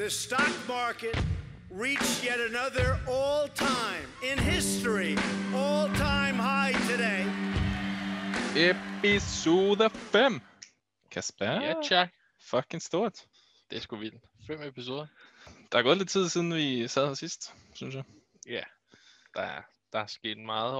The stock market reached yet another all-time, in history, all-time high today. Episode 5. Kasper. Ja, tjek. Fucking stort. Det er sgu vildt. 5 episoder. Der er gået lidt tid siden vi sad her sidst, synes jeg. Ja, der er sket meget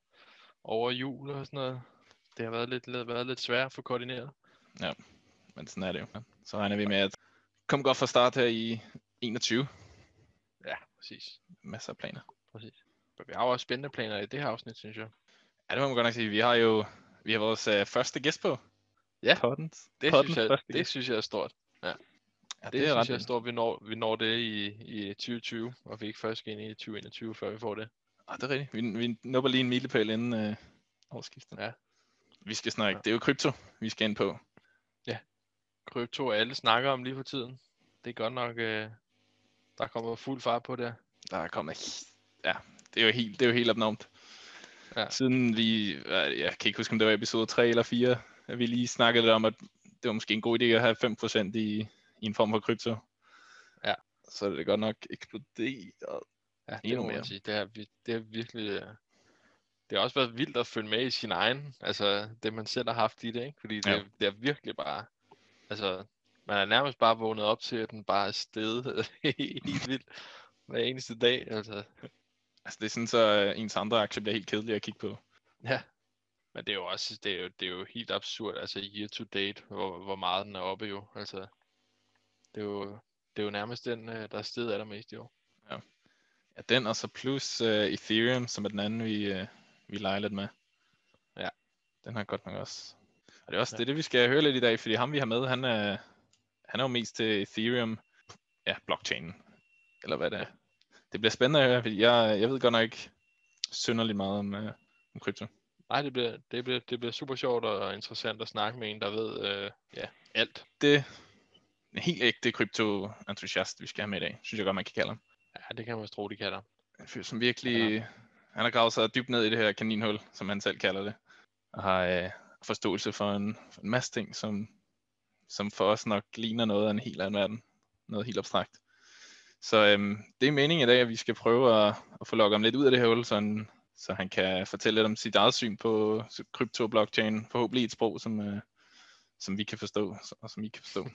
over jul og sådan noget. Det har været lidt svært at få koordineret. Ja, men sådan er det jo. Så regner vi med at komme godt fra start her i 21. Ja, præcis. Masser af planer. Præcis. Men vi har jo også spændende planer i det her afsnit, synes jeg. Ja, det må man godt nok sige. Vi har vores første gæst på. Ja, Poddens det synes jeg er stort. Ja, det synes jeg er stort, vi når det i 2020, og vi ikke først skal ind i 2021, før vi får det. Ah, det er rigtigt. Vi nupper lige en milepæl inden årsskiftet. Ja. Vi skal snakke. Det er jo krypto, vi skal ind på. Ja, krypto alle snakker om lige for tiden. Det er godt nok, der kommer fuld fart på det. Der kommer, ja, det er jo helt abnormt. Ja. Siden jeg kan ikke huske, om det var episode 3 eller 4, at vi lige snakkede lidt om, at det var måske en god idé at have 5% i en form for krypto. Ja. Så er det godt nok eksploderet. Ja, det må man sige. Det er virkelig... Det har også været vildt at følge med i sin egen, altså det man selv har haft i det, ikke? Fordi det er virkelig bare, altså man er nærmest bare vågnet op til, at den bare er steget helt vildt hver eneste dag, altså. Altså det er sådan, så ens andre aktier bliver helt kedelige at kigge på. Ja, men det er jo også, det er jo helt absurd, altså year to date, hvor meget den er oppe jo, altså. Det er jo nærmest den, der er steget allermest i år. Ja, den og så plus Ethereum, som er den anden, vi leger lidt med. Ja. Den har godt nok også. Og det er også det, vi skal høre lidt i dag, fordi ham vi har med, han er jo mest til Ethereum, ja, blockchainen, eller hvad det er. Det bliver spændende at høre, fordi jeg ved godt nok ikke synderligt meget om krypto. Nej, det bliver super sjovt og interessant at snakke med en, der ved alt. Det er en helt ægte krypto-entusiast, vi skal have med i dag, synes jeg godt, man kan kalde ham. Ja, det kan man tro, de kalder. En fyr, som virkelig, han har gravet sig dybt ned i det her kaninhul, som han selv kalder det, og har forståelse for en masse ting, som for os nok ligner noget af en helt anden verden, noget helt abstrakt. Så det er meningen i dag, at vi skal prøve at få lukket ham lidt ud af det her hul, så han kan fortælle lidt om sit eget syn på krypto-blockchain, forhåbentlig et sprog, som vi kan forstå, og som I kan forstå.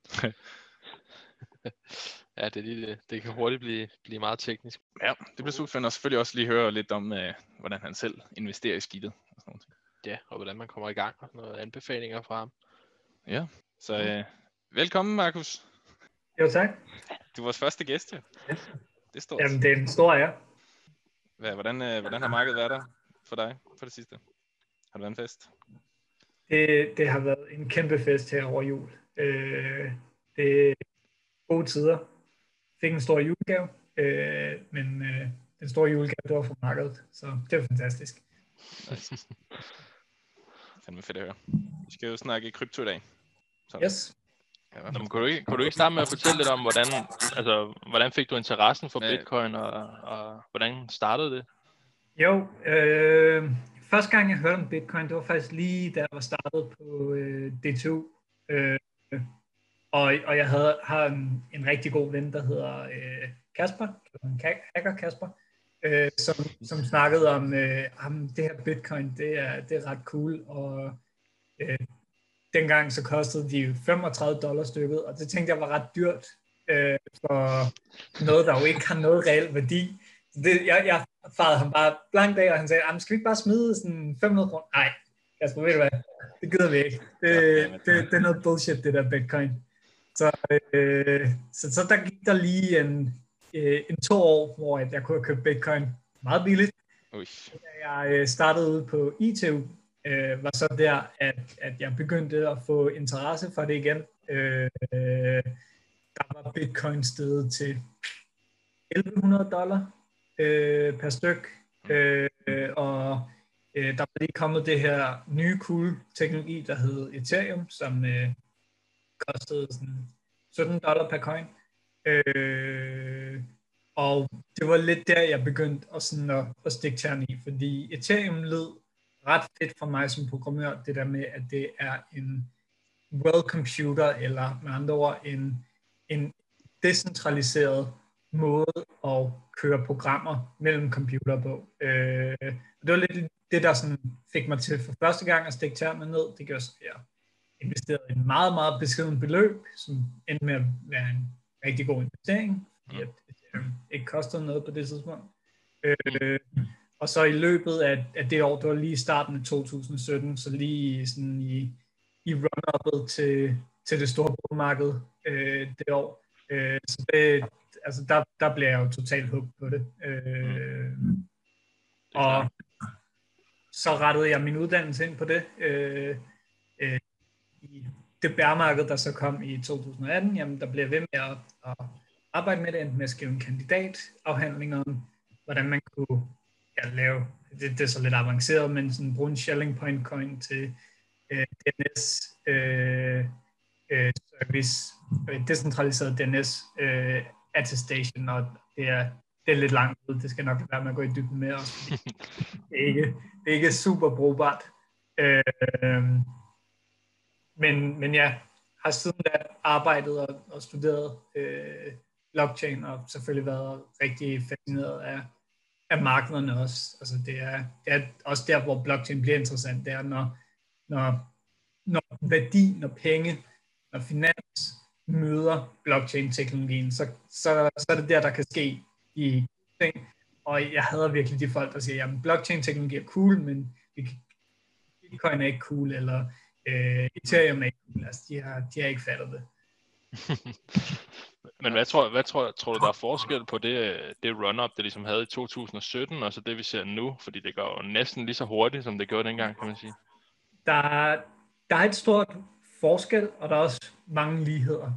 Ja, det kan hurtigt blive meget teknisk. Ja, det bliver super fedt, og selvfølgelig også lige høre lidt om, hvordan han selv investerer i skidtet. Og sådan noget. Ja, og hvordan man kommer i gang, og sådan noget anbefalinger fra ham. Ja, så velkommen, Markus. Jo, tak. Du er vores første gæst, jo. Ja. Det er stort. Jamen, det er en stor ære. Hvordan har markedet været der for dig for det sidste? Har det været en fest? Det har været en kæmpe fest her over jul. Det er gode tider. Fik en stor julegave, men den store julegave, det var fra markedet, så det var fantastisk. Nice. Fandme fedt at høre. Vi skal jo snakke krypto i dag. Så. Yes. Ja, kunne du ikke starte med at fortælle lidt om, hvordan fik du interessen for Bitcoin, og hvordan startede det? Jo, første gang jeg hørte om Bitcoin, det var faktisk lige da jeg var startet på DTU. Og jeg har en rigtig god ven, der hedder Kasper, hacker Kasper, som snakkede om det her Bitcoin, det er ret cool, og dengang så kostede de $35 stykket, og det tænkte jeg var ret dyrt for noget, der jo ikke har noget reel værdi. Jeg farede ham bare blankt af, og han sagde, skal vi ikke bare smide sådan 500 kroner? Nej, Kasper, ved du hvad, det gider vi ikke. Det er noget bullshit, det der Bitcoin. Så der gik der lige en 2 år, hvor jeg kunne have købt Bitcoin meget billigt. Da jeg startede ude på ITU, var så der, at jeg begyndte at få interesse for det igen. Der var Bitcoin steget til $1,100 per styk, og der var lige kommet det her nye cool teknologi, der hed Ethereum, som kostede sådan $17 per coin. Og det var lidt der, jeg begyndte at stikke tæerne i, fordi Ethereum lød ret fedt for mig som programmør, det der med, at det er en world computer, eller med andre ord, en decentraliseret måde at køre programmer mellem computer på. Det var lidt det, der sådan fik mig til for første gang at stikke tæerne ned. Det gjorde så, jeg investerede en meget, meget beskeden beløb, som endte med at være en rigtig god investering, fordi at det ikke kostede noget på det tidspunkt. Og så i løbet af det år, det var lige i starten af 2017, så lige sådan i run-up'et til det store boligmarked det år. Så det, altså der blev jeg jo totalt hooked på det. Og så rettede jeg min uddannelse ind på det. I det bærmarked, der så kom i 2018, jamen der blev jeg ved med at arbejde med det, endte med at skrive en kandidatafhandling om, hvordan man kunne lave, det er så lidt avanceret, men sådan bruge en Shelling Point coin til DNS service, decentraliseret DNS attestation, og det er lidt langt ud, det skal nok være med at gå i dybden med også. Det er ikke super brugbart. Men jeg har siden da arbejdet og studeret blockchain, og selvfølgelig været rigtig fascineret af markederne også. Altså det er også der, hvor blockchain bliver interessant. Det er, når værdi, når penge, når finans møder blockchain-teknologien, så er det der kan ske i ting. Og jeg hader virkelig de folk, der siger, jamen blockchain-teknologi er cool, men Bitcoin er ikke cool, eller Ethereum er ikke cool. Altså, de har ikke fattet det. Men hvad tror du, der er forskel på det run-up, det ligesom havde i 2017, og så det, vi ser nu? Fordi det går jo næsten lige så hurtigt, som det gjorde dengang, kan man sige. Der er et stort forskel, og der er også mange ligheder.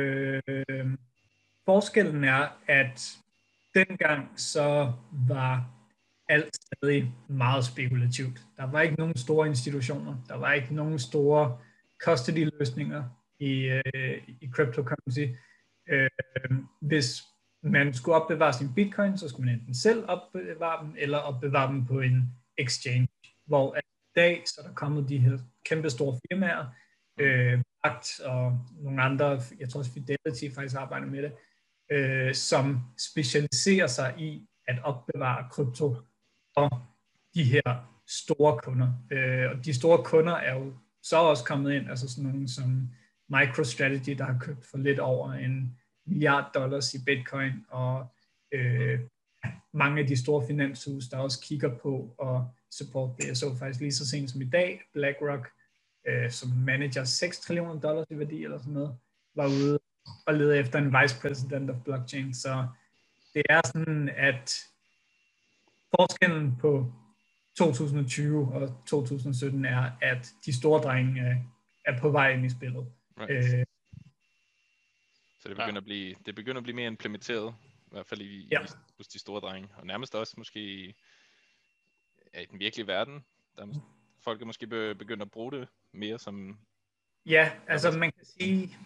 Forskellen er, at dengang så var alt stadig meget spekulativt. Der var ikke nogen store institutioner. Der var ikke nogen store custody-løsninger i cryptocurrency. Hvis man skulle opbevare sin bitcoin, så skulle man enten selv opbevare dem, eller opbevare dem på en exchange, hvor i dag så er der kommet de her kæmpe store firmaer, Pact og nogle andre, jeg tror også Fidelity faktisk arbejder med det, som specialiserer sig i at opbevare krypto for de her store kunder. Og de store kunder er jo så også kommet ind, altså sådan nogle som MicroStrategy, der har købt for lidt over $1 milliard i bitcoin, og mange af de store finanshus, der også kigger på og support det. Jeg så faktisk lige så sent som i dag, BlackRock, som manager $6 trillion i værdi eller sådan noget, var ude og lede efter en vice president of blockchain. Så det er sådan, at forskellen på 2020 og 2017 er, at de store drenge er på vej ind i spillet. Right. Så det begynder at blive mere implementeret, i hvert fald hos de store drenge, og nærmest også måske i den virkelige verden. Folk er måske begyndt at bruge det mere som... Ja, altså man kan sige,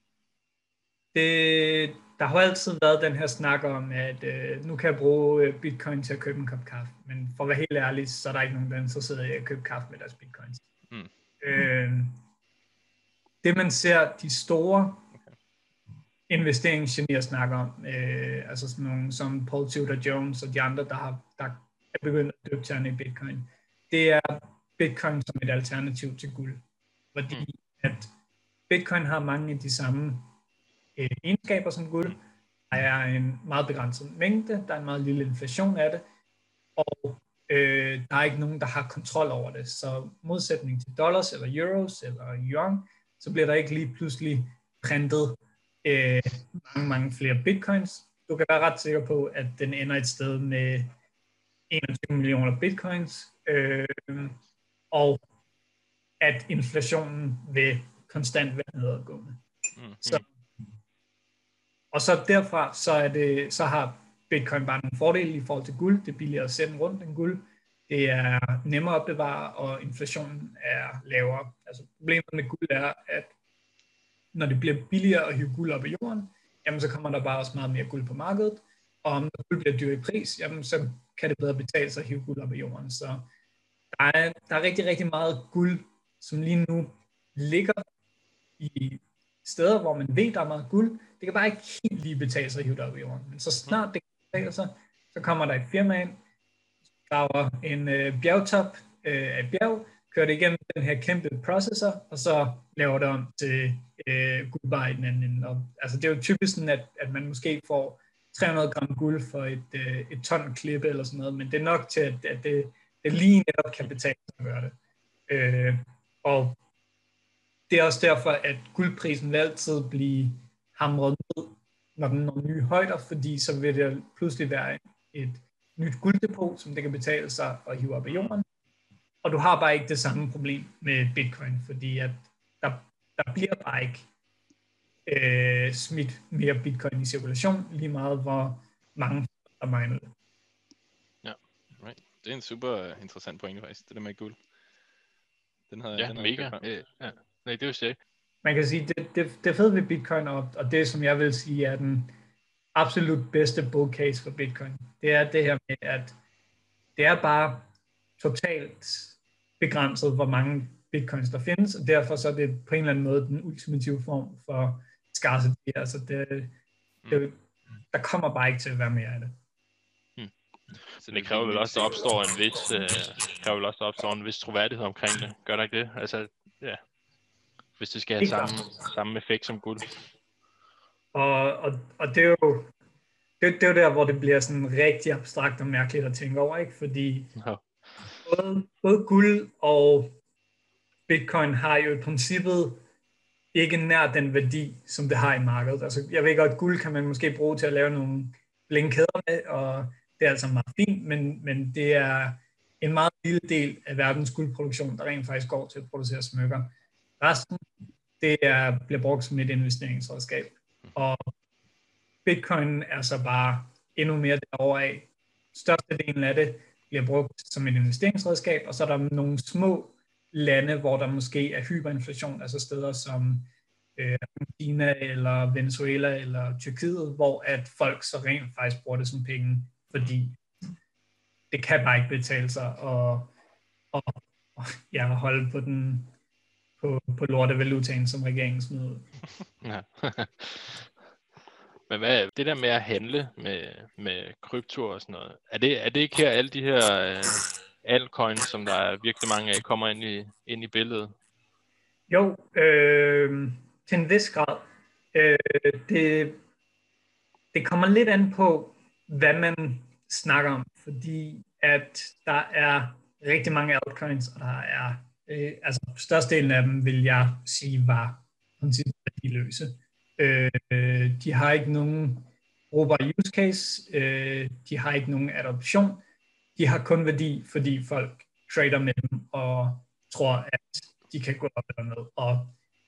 der har altid været den her snak om, at nu kan jeg bruge bitcoin til at købe en kop kaffe, men for at være helt ærlig, så er der ikke nogen, der er interesseret i at købe kaffe med deres bitcoins. Det man ser de store investeringsgenier snakker om, altså sådan nogle som Paul Tudor Jones og de andre, der er begyndt at dykke tæerne i bitcoin, det er bitcoin som et alternativ til guld. Fordi at bitcoin har mange af de samme egenskaber som guld. Der er en meget begrænset mængde, der er en meget lille inflation af det, og der er ikke nogen, der har kontrol over det. Så modsætning til dollars eller euros eller yuan, så bliver der ikke lige pludselig printet mange flere bitcoins. Du kan være ret sikker på, at den ender et sted med 21 millioner bitcoins, og at inflationen vil konstant være nedadgående. Og så derfra, så har bitcoin bare nogle fordele i forhold til guld. Det er billigere at sende rundt end guld. Det er nemmere at bevare, og inflationen er lavere. Altså problemet med guld er, at når det bliver billigere at hive guld op af jorden, jamen så kommer der bare også meget mere guld på markedet. Og om guld bliver dyr i pris, jamen så kan det bedre betale sig at hive guld op af jorden. Så der er rigtig, rigtig meget guld, som lige nu ligger i steder, hvor man ved, der er meget guld. Det kan bare ikke helt lige betale sig at hive det op i jorden. Men så snart det kan betale sig, så kommer der et firma ind, graver en bjergtop af et bjerg, kører det igennem den her kæmpe processor, og så laver det om til guldbar i den anden ende. Og, altså, det er jo typisk sådan, at man måske får 300 gram guld for et ton klippe eller sådan noget, men det er nok til, at det lige netop kan betale sig at gøre det. Og det er også derfor, at guldprisen vil altid blive hamret ned, når den når nye højder, fordi så vil det pludselig være et nyt gulddepot, som det kan betale sig at hive op af jorden. Og du har bare ikke det samme problem med Bitcoin, fordi at der bliver bare ikke smidt mere Bitcoin i cirkulation, lige meget hvor mange der miner det. Ja, right. Det er en super interessant pointe faktisk, det der med guld. Den havde, ja, den mega. Ja. Nej, det vil jeg ikke. Man kan sige, det fede ved Bitcoin, og det som jeg vil sige er den absolut bedste bull case for Bitcoin, det er det her med, at det er bare totalt begrænset, hvor mange bitcoins der findes, og derfor så er det på en eller anden måde den ultimative form for scarcity. Altså der kommer bare ikke til at være mere af det. Så det kræver vel også, at der opstår en vis troværdighed omkring det. Gør der ikke det? Altså, ja. Hvis det skal have samme effekt som guld. Og det er jo der, hvor det bliver sådan rigtig abstrakt og mærkeligt at tænke over, ikke? Fordi både guld og Bitcoin har jo i princippet ikke nær den værdi, som det har i markedet. Altså, jeg ved godt, at guld kan man måske bruge til at lave nogle blinkkæder med, og det er altså meget fint, men det er en meget lille del af verdens guldproduktion, der rent faktisk går til at producere smykker. Resten, bliver brugt som et investeringsredskab. Og Bitcoin er så bare endnu mere derovre af. Størstedelen af det bliver brugt som et investeringsredskab, og så er der nogle små lande, hvor der måske er hyperinflation, altså steder som Argentina eller Venezuela eller Tyrkiet, hvor at folk så rent faktisk bruger det som penge, fordi det kan bare ikke betale sig at holde på lortevalutaen, som regeringen smider ud. Ja. Men hvad det der med at handle med krypto og sådan noget, er det ikke her alle de her altcoins, som der er virkelig mange af, kommer ind i billedet? Jo, til en vis grad. Det kommer lidt an på, hvad man snakker om, fordi at der er rigtig mange altcoins, og der er altså størstedelen af dem, vil jeg sige, var princippet værdiløse. De har ikke nogen brugbar use case, de har ikke nogen adoption, de har kun værdi, fordi folk trader med dem og tror, at de kan gå op eller ned. Og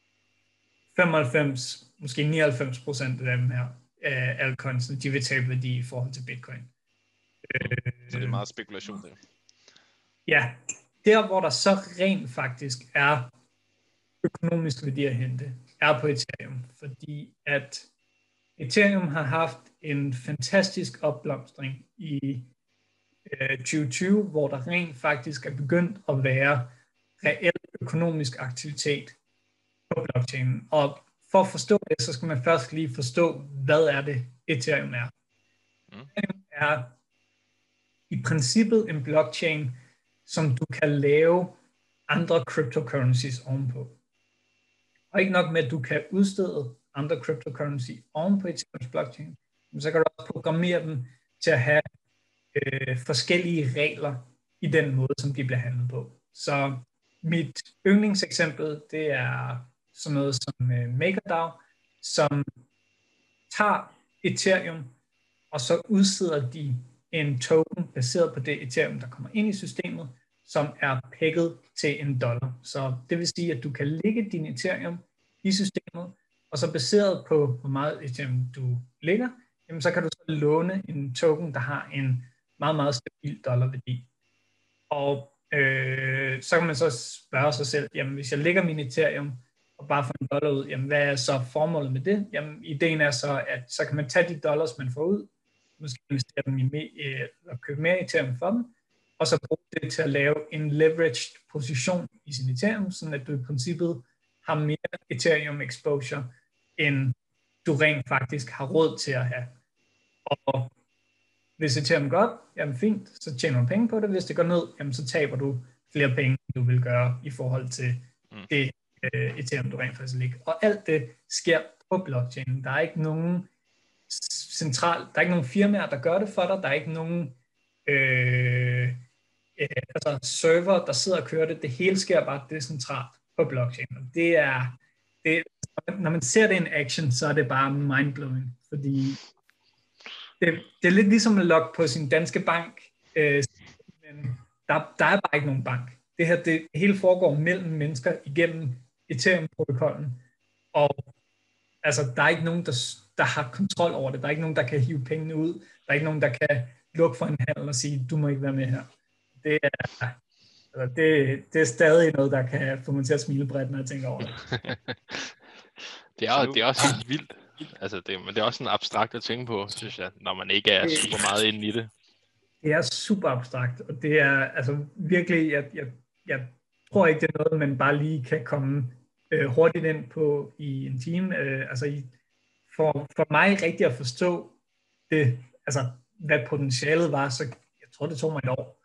95, måske 99% af dem her, altcoins, de vil tabe værdi i forhold til Bitcoin. Så det er meget spekulation der. Ja, der hvor der så rent faktisk er økonomisk værdi at hente, er på Ethereum, fordi at Ethereum har haft en fantastisk opblomstring i 2020, hvor der rent faktisk er begyndt at være reel økonomisk aktivitet på blockchainen. Og for at forstå det, så skal man først lige forstå, hvad er det Ethereum er. Ethereum er i princippet en blockchain, som du kan lave andre cryptocurrencies ovenpå. Og ikke nok med, at du kan udstede andre cryptocurrency oven på Ethereums blockchain, men så kan du også programmere dem til at have forskellige regler i den måde, som de bliver handlet på. Så mit yndlingseksempel, det er sådan noget som MakerDAO, som tager Ethereum, og så udsteder de en token baseret på det Ethereum, der kommer ind i systemet, som er pegget til $1. Så det vil sige, at du kan lægge din Ethereum i systemet, og så baseret på, hvor meget Ethereum du lægger, jamen så kan du så låne en token, der har en meget, meget stabil dollarværdi. Og så kan man så spørge sig selv, jamen hvis jeg lægger min Ethereum og bare får $1 ud, jamen hvad er så formålet med det? Jamen ideen er så, at så kan man tage de dollars, man får ud, måske investere dem og købe mere Ethereum for dem, og så bruge det til at lave en leveraged position i sin Ethereum, sådan at du i princippet har mere Ethereum exposure end du rent faktisk har råd til at have. Og hvis Ethereum går op, jamen fint, så tjener du penge på det. Hvis det går ned, jamen så taber du flere penge, end du vil gøre i forhold til det Ethereum, du rent faktisk ligger. Og alt det sker på blockchain. Der er ikke nogen der er ikke nogen firmaer, der gør det for dig. Der er ikke nogen server, der sidder og kører det. Det hele sker bare decentralt på blockchain. Og når man ser det in action, så er det bare mindblowing, fordi det er lidt ligesom at logge på sin danske bank, men der er bare ikke nogen bank. Det hele foregår mellem mennesker igennem Ethereum-protokollen, og altså, der er ikke nogen, der har kontrol over det. Der er ikke nogen, der kan hive pengene ud. Der er ikke nogen, der kan lukke for en handel og sige, du må ikke være med her. Det er stadig noget, der kan få mig til at smile bredt, når jeg tænker over det. Det er også helt vildt. Altså, men det er også sådan abstrakt at tænke på, synes jeg, når man ikke er super meget inde i det. Det er super abstrakt, og det er altså virkelig, jeg tror ikke, det er noget, man bare lige kan komme hurtigt ind på i en time. For mig rigtigt at forstå det, altså hvad potentialet var, så jeg tror, det tog mig et år.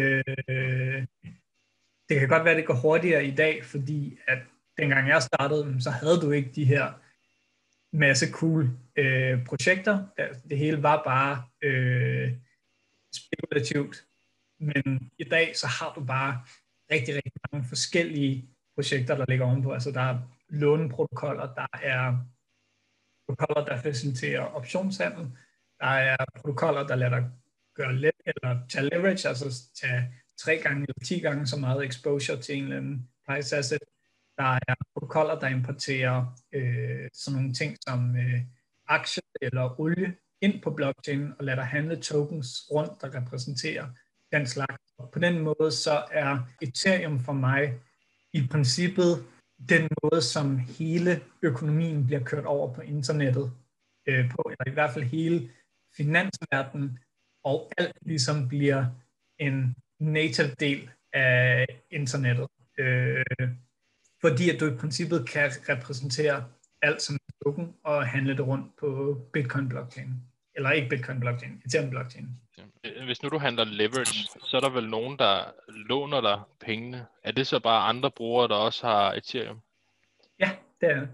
Det kan godt være, det går hurtigere i dag, fordi at dengang jeg startede, så havde du ikke de her masse cool projekter. Det hele var bare spekulativt. Men i dag, så har du bare rigtig, rigtig mange forskellige projekter, der ligger ovenpå. Altså der er låneprotokoller, der er protokoller, der faciliterer optionshandel, der er protokoller, der lader dig tage leverage, altså tage 3 gange eller 10 gange så meget exposure til en eller anden price asset. Der er protokoller, der importerer sådan nogle ting som aktier eller olie ind på blockchain og lader dig handle tokens rundt, der repræsenterer den slags. Og på den måde så er Ethereum for mig i princippet den måde, som hele økonomien bliver kørt over på internettet på, eller i hvert fald hele finansverdenen, og alt ligesom bliver en native del af internettet. Fordi at du i princippet kan repræsentere alt som en token og handle det rundt på Bitcoin-blockchain. Eller ikke Bitcoin-blockchain, Ethereum-blockchain. Hvis nu du handler leverage, så er der vel nogen, der låner dig pengene. Er det så bare andre brugere, der også har Ethereum? Ja, det er det.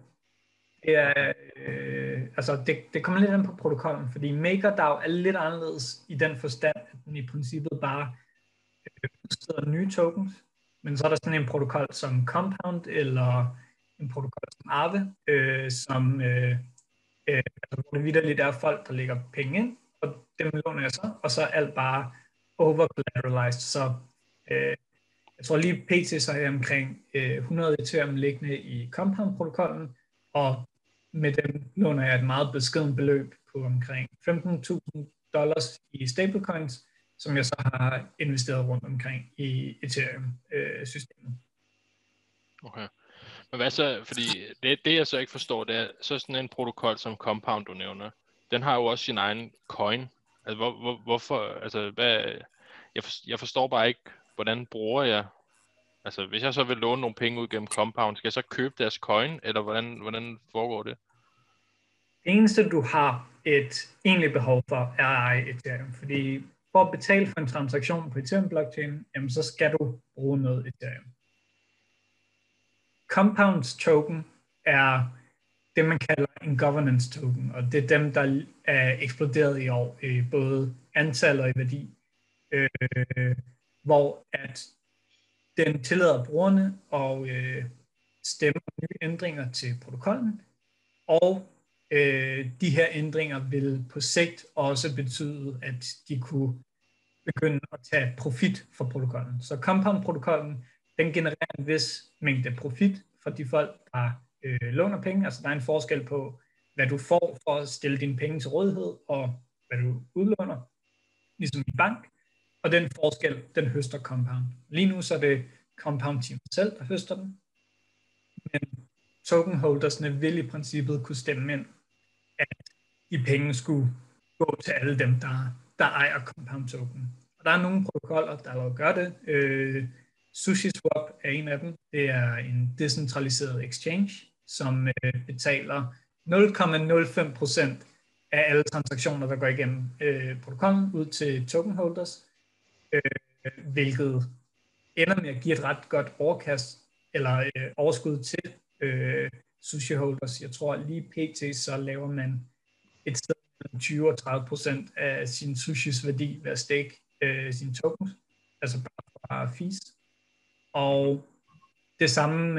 Det kommer lidt an på protokollen, fordi MakerDAO er lidt anderledes i den forstand, at den i princippet bare udsteder nye tokens, men så er der sådan en protokol som Compound, eller en protokol som Aave, hvor det vitterligt er folk, der lægger penge ind, og dem låner jeg så, og så er alt bare over-collateralized. Så jeg tror lige pt. Så er jeg omkring 100 Ethereum liggende i Compound-protokollen, og med dem låner jeg et meget beskedent beløb på omkring $15,000 i stablecoins, som jeg så har investeret rundt omkring i Ethereum-systemet. Okay. Men hvad så, fordi det jeg så ikke forstår, det er så sådan en protokol som Compound, du nævner, den har jo også sin egen coin. Altså hvorfor, altså jeg forstår bare ikke, hvordan bruger jeg, altså hvis jeg så vil låne nogle penge ud gennem Compound, skal jeg så købe deres coin, eller hvordan foregår det? Det eneste du har et egentligt behov for er at eje Ethereum, fordi for at betale for en transaktion på Ethereum blockchain, jamen så skal du bruge noget Ethereum. Compounds token er det, man kalder en governance token, og det er dem, der er eksploderet i år, i både antal og i værdi, hvor at den tillader brugerne og stemme nye ændringer til protokollen, og de her ændringer vil på sigt også betyde, at de kunne begynde at tage profit fra protokollen. Så Compound-protokollen, den genererer en vis mængde profit for de folk, der låner penge. Altså der er en forskel på, hvad du får for at stille dine penge til rådighed, og hvad du udlåner, ligesom i bank. Og den forskel, den høster Compound. Lige nu så er det Compound-team selv, der høster den. Men tokenholdersne vil i princippet kunne stemme ind, at de penge skulle gå til alle dem, der ejer Compound-token. Og der er nogle protokoller, der allerede gør det. SushiSwap er en af dem. Det er en decentraliseret exchange, som betaler 0,05% af alle transaktioner, der går igennem protokollen ud til token holders, hvilket ender med at give et ret godt overkast, eller overskud til sushi holders. Jeg tror lige pt. Så laver man et sted mellem 20 og 30% af sin sushis værdi ved at stake sine tokens, altså bare fra fees. Og det samme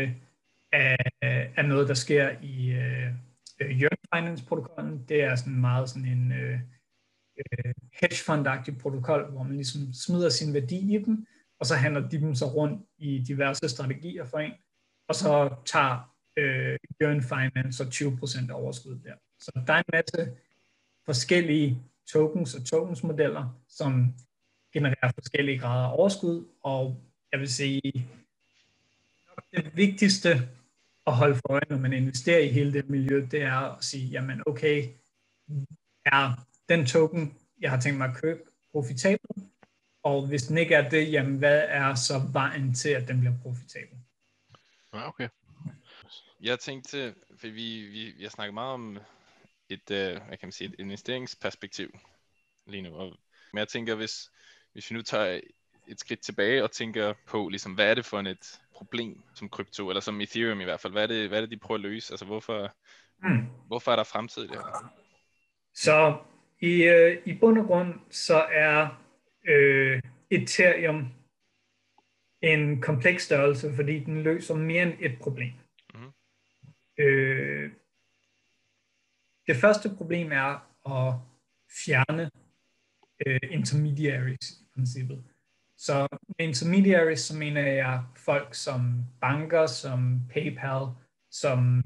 er noget, der sker i Yearn Finance-protokollen. Det er sådan meget sådan en hedge fund-agtig protokol, hvor man ligesom smider sin værdi i dem, og så handler de dem så rundt i diverse strategier for en, og så tager Yearn Finance så 20% af overskuddet der. Så der er en masse forskellige tokens og tokensmodeller, som genererer forskellige grader af overskud, og jeg vil sige, det vigtigste at holde for øje, når man investerer i hele det miljø, det er at sige, jamen okay, er den token, jeg har tænkt mig at købe, profitabel? Og hvis den ikke er det, jamen hvad er så vejen til, at den bliver profitabel? Ja, okay. Jeg tænkte, for vi har snakket meget om et, hvad kan man sige, et investeringsperspektiv lige nu. Men jeg tænker, hvis vi nu tager et skridt tilbage og tænker på, ligesom, hvad er det for et problem som krypto, eller som Ethereum i hvert fald, hvad er det de prøver at løse? Altså, hvorfor er der fremtid i det her? Så i bund og grund, så er Ethereum en kompleks størrelse, fordi den løser mere end et problem. Mm-hmm. Det første problem er at fjerne intermediaries i princippet. Så med intermediaries, så mener jeg folk som banker, som PayPal, som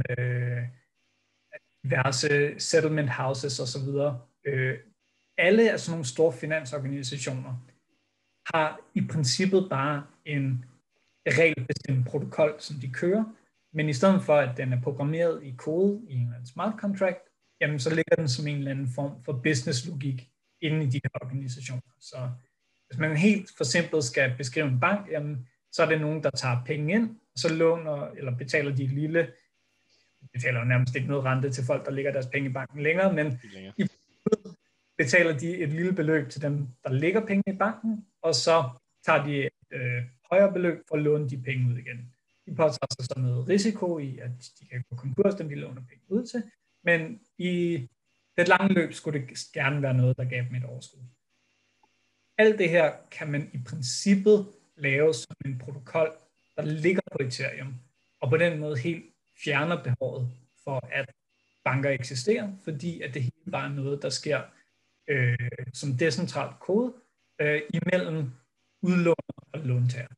diverse settlement houses osv. Alle af sådan nogle store finansorganisationer har i princippet bare en regelbestemt protokol, som de kører, men i stedet for, at den er programmeret i kode i en eller anden smart contract, jamen så ligger den som en eller anden form for businesslogik inde i de her organisationer. Så hvis man helt for simpelt skal beskrive en bank, jamen, så er det nogen, der tager penge ind, og så låner eller betaler de betaler nærmest ikke noget rente til folk, der ligger deres penge i banken længere, men i betaler de et lille beløb til dem, der ligger penge i banken, og så tager de et højere beløb for at låne de penge ud igen. De påtager sig så noget risiko i, at de kan gå konkurs, dem de låner penge ud til, men i det lange løb skulle det gerne være noget, der gav dem et overskud. Alt det her kan man i princippet lave som en protokol, der ligger på Ethereum, og på den måde helt fjerner behovet for, at banker eksisterer, fordi at det hele bare er noget, der sker som decentralt kode imellem udlåner og låntager.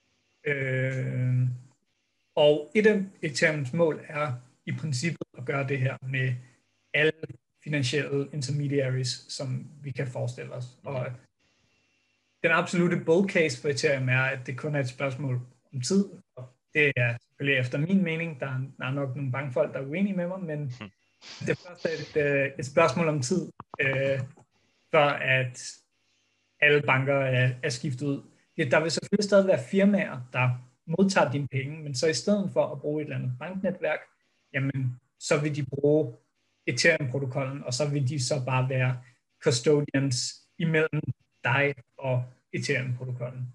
Og et af Ethereums mål er i princippet at gøre det her med alle finansielle intermediaries, som vi kan forestille os. Og den absolute bull case for Ethereum er, at det kun er et spørgsmål om tid, og det er selvfølgelig efter min mening, der er nok nogle bankfolk, der er uenige med mig, men det er først et spørgsmål om tid, før at alle banker er skiftet ud. Der vil selvfølgelig stadig være firmaer, der modtager dine penge, men så i stedet for at bruge et eller andet banknetværk, jamen, så vil de bruge Ethereum-protokollen, og så vil de så bare være custodians imellem dig og Ethereum-protokollen.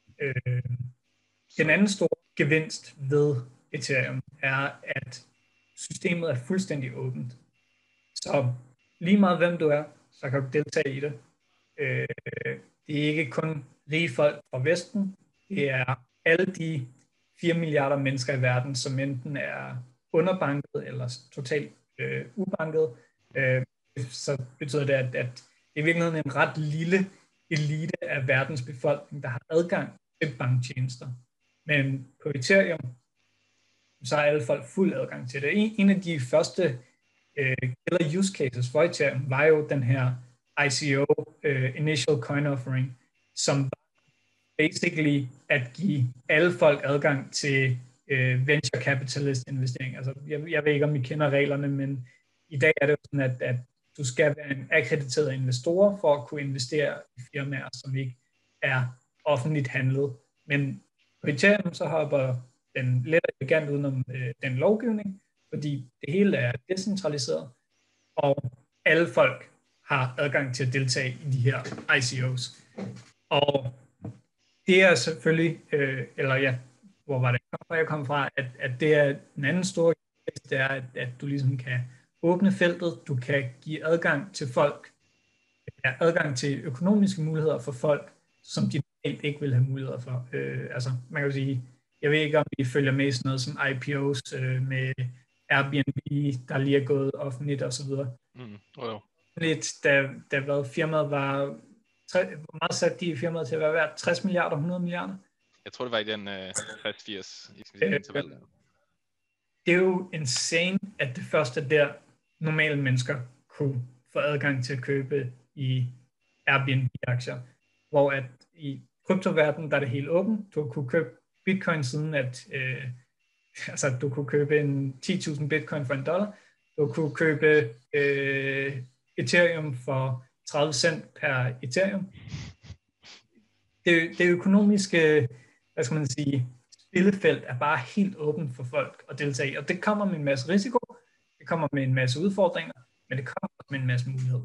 Den anden store gevinst ved Ethereum er, at systemet er fuldstændig åbent. Så lige meget hvem du er, så kan du deltage i det. Det er ikke kun rige folk fra Vesten, det er alle de 4 milliarder mennesker i verden, som enten er underbanket eller totalt ubanket. Så betyder det, at det er i virkeligheden en ret lille elite af verdens befolkning, der har adgang til banktjenester. Men på Ethereum, så har alle folk fuld adgang til det. En af de første killer use cases for Ethereum var jo den her ICO, Initial Coin Offering, som var basically at give alle folk adgang til venture capitalist investering. Altså, jeg ved ikke, om I kender reglerne, men i dag er det jo sådan, at du skal være en akkrediteret investor for at kunne investere i firmaer, som ikke er offentligt handlet. Men på Ethereum så hopper den let elegant udenom den lovgivning, fordi det hele er decentraliseret, og alle folk har adgang til at deltage i de her ICOs. Og det er selvfølgelig, hvor var det, jeg kom fra, at det er en anden stor case, det er, at du ligesom kan åbne feltet, du kan give adgang til folk, adgang til økonomiske muligheder for folk, som de normalt ikke vil have muligheder for. Man kan jo sige, jeg ved ikke, om I følger med i sådan noget som IPOs med Airbnb, der lige er gået offentligt og så videre. Lidt, da hvad firmaet var, hvor meget satte de firmaet til at være værd? 60 milliarder, 100 milliarder? Jeg tror, det var i den 60-80 interval. Det er jo insane, at det første der normale mennesker kunne få adgang til at købe i Airbnb-aktier, hvor at i kryptoverdenen, der er det helt åbent. Du kunne købe bitcoin siden at du kunne købe en 10.000 bitcoin for $1. Du kunne købe Ethereum for 30 cent per Ethereum. Det økonomiske, hvad skal man sige, spillefelt er bare helt åbent for folk at deltage i, og det kommer med en masse risiko, det kommer med en masse udfordringer, men det kommer også med en masse mulighed.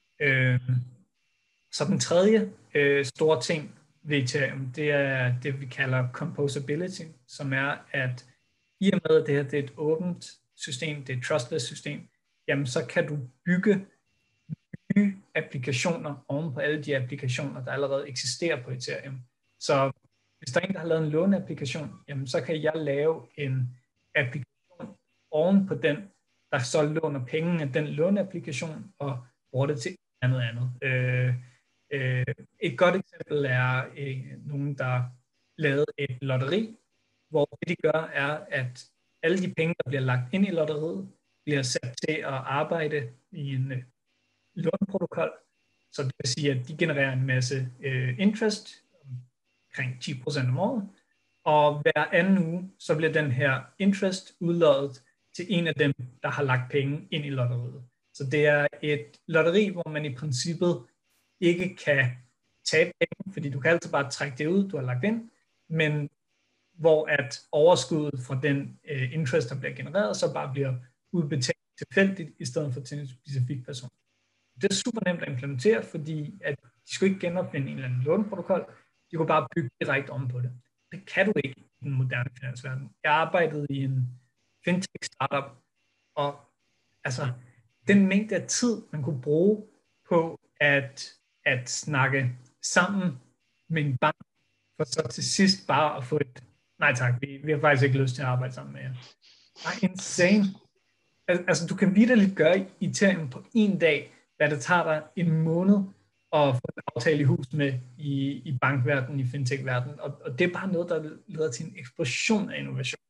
Så den tredje store ting ved Ethereum, det er det, vi kalder composability, som er, at i og med, at det her det er et åbent system, det er et trustless system, jamen så kan du bygge nye applikationer oven på alle de applikationer, der allerede eksisterer på Ethereum. Så hvis der er en, der har lavet en låneapplikation, jamen så kan jeg lave en applikation oven på den, der så låner penge af den låneapplikation og bruger det til andet. Et godt eksempel er nogen, der lavede et lotteri, hvor det de gør er, at alle de penge, der bliver lagt ind i lotteriet, bliver sat til at arbejde i en låneprotokol. Så det vil sige, at de genererer en masse interest, omkring 10% om året, og hver anden uge, så bliver den her interest udloddet til en af dem, der har lagt penge ind i lotteriet. Så det er et lotteri, hvor man i princippet ikke kan tabe penge, fordi du kan altid bare trække det ud, du har lagt ind, men hvor at overskuddet fra den interest, der bliver genereret, så bare bliver udbetalt tilfældigt, i stedet for til en specifik person. Det er super nemt at implementere, fordi at de skulle ikke genopfinde en eller anden låneprotokol, de kunne bare bygge direkte om på det. Det kan du ikke i den moderne finansverden. Jeg arbejdede i en fintech-startup, og altså, den mængde af tid, man kunne bruge på at snakke sammen med en bank, for så til sidst bare at få et, nej tak, vi har faktisk ikke lyst til at arbejde sammen med jer. Det er insane. Altså, du kan vitterligt gøre i Ethereum på en dag, hvad det tager dig en måned at få en aftale i hus med i bankverdenen, i fintech-verdenen, og det er bare noget, der leder til en eksplosion af innovation.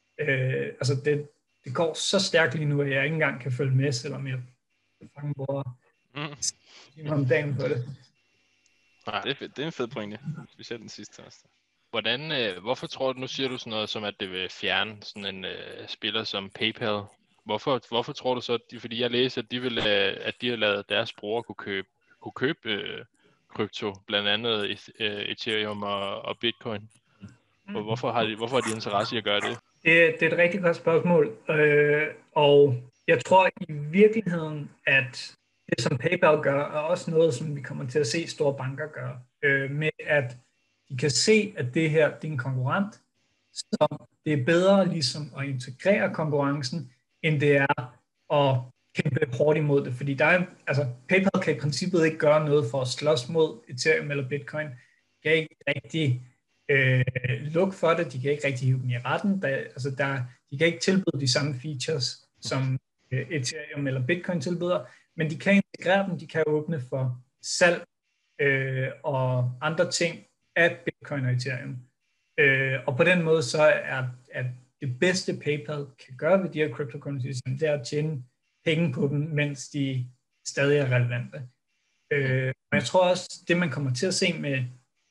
Det går så stærkt lige nu, at jeg ikke engang kan følge med, selvom jeg fange bruger timer om dagen på det. Nej, det er en fed pointe, specielt den sidste også. Hvorfor tror du, nu siger du sådan noget som, at det vil fjerne sådan en spiller som PayPal? Hvorfor tror du så, fordi jeg læser, at de har lavet deres brugere kunne købe krypto, blandt andet Ethereum og Bitcoin. Hvorfor har de interesse i at gøre det? Det er et rigtig godt spørgsmål, og jeg tror i virkeligheden, at det som PayPal gør, er også noget, som vi kommer til at se store banker gøre, med at de kan se, at det her det er en konkurrent, så det er bedre ligesom at integrere konkurrencen, end det er at kæmpe hårdt imod det, fordi PayPal kan i princippet ikke gøre noget for at slås mod Ethereum eller Bitcoin. De kan ikke rigtig lukke for det, de kan ikke rigtig hive dem i retten, de kan ikke tilbyde de samme features, som Ethereum eller Bitcoin tilbyder, men de kan integrere dem, de kan åbne for salg og andre ting af Bitcoin og Ethereum. Og på den måde så er det bedste PayPal kan gøre ved de her cryptocurrencies, det er at tjene penge på dem, mens de stadig er relevante. Og jeg tror også, det man kommer til at se med